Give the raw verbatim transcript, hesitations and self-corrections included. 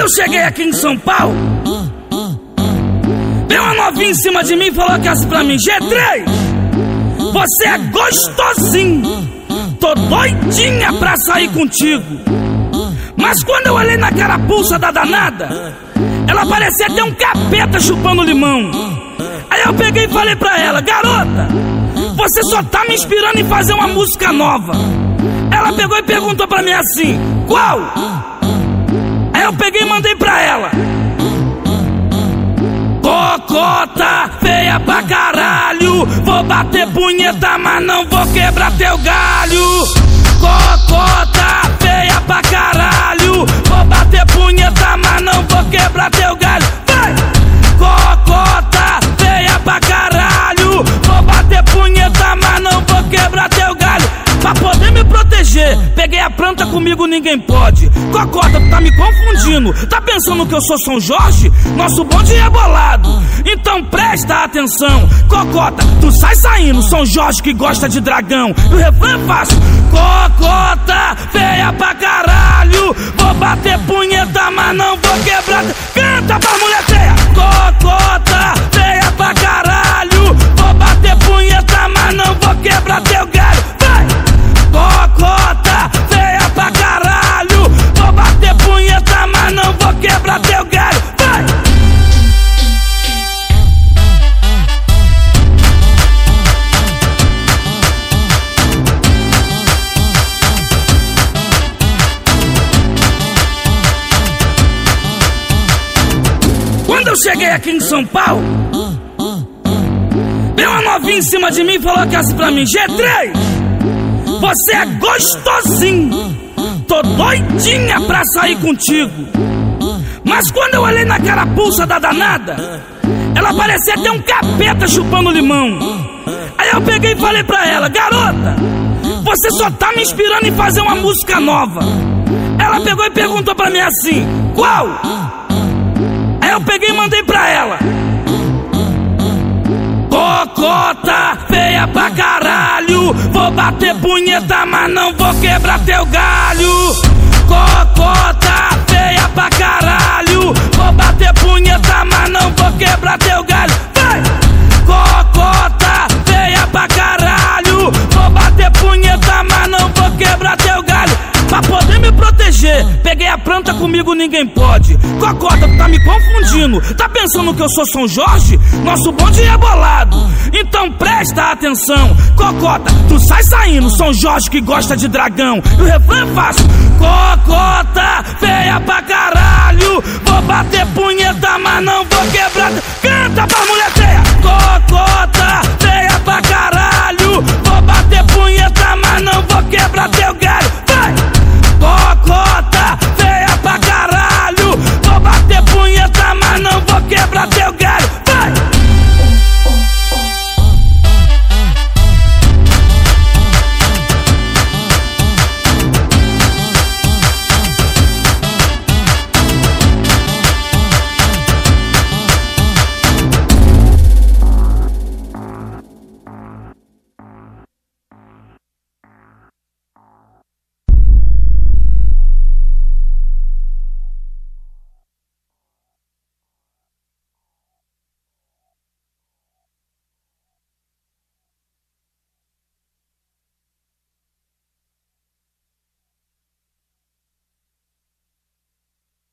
eu cheguei aqui em São Paulo, veio uma novinha em cima de mim e falou que assim pra mim: G três, você é gostosinho, tô doidinha pra sair contigo. Mas quando eu olhei na carapuça da danada, ela parecia ter um capeta chupando limão. Aí eu peguei e falei pra ela: garota, você só tá me inspirando em fazer uma música nova. Ela pegou e perguntou pra mim assim: qual? Aí eu peguei e mandei pra ela: cocota feia pra caralho, vou bater punheta, mas não vou quebrar teu galho. Cocota feia pra caralho, vou bater punheta, mas não vou quebrar teu galho. Vai! Cocota feia pra caralho, vou bater punheta, mas não vou quebrar teu galho. Pra poder me proteger, peguei a planta, comigo ninguém pode. Cocota, tu tá me confundindo, tá pensando que eu sou São Jorge? Nosso bonde é bolado, então presta atenção. Cocota, tu sai saindo, São Jorge que gosta de dragão. E o refrão é fácil: cocota feia pra caralho, vou bater punheta, mas não vou quebrar. Canta pra mulher feia! Cocota feia pra caralho, vou bater punheta, mas não vou quebrar teu galho. Vai! Cocota feia pra caralho, vou bater punheta, mas não vou quebrar teu galho. Vai! Quando eu cheguei aqui em São Paulo, veio uma novinha em cima de mim e falou que assim pra mim: G três, você é gostosinho, tô doidinha pra sair contigo. Mas quando eu olhei na carapuça da danada, ela parecia ter um capeta chupando limão. Aí eu peguei e falei pra ela: garota, você só tá me inspirando em fazer uma música nova. Ela pegou e perguntou pra mim assim: qual? Aí eu peguei e mandei pra ela: cocota feia pra caralho, vou bater punheta, mas não vou quebrar teu galho. Cocota feia pra caralho, vou bater punheta, mas não vou quebrar teu galho. Vai! Cocota feia pra caralho, vou bater punheta, mas não vou quebrar teu galho. Pra poder me proteger, peguei a planta, comigo ninguém pode. Cocota, tu tá me confundindo, tá pensando que eu sou São Jorge? Nosso bonde é bolado, então presta atenção. Cocota, tu sai saindo, São Jorge que gosta de dragão. E o refrão é fácil: cocota feia pra caralho, vou bater punheta, mas não vou quebrar. Canta pra mulher feia! Cocota feia pra caralho,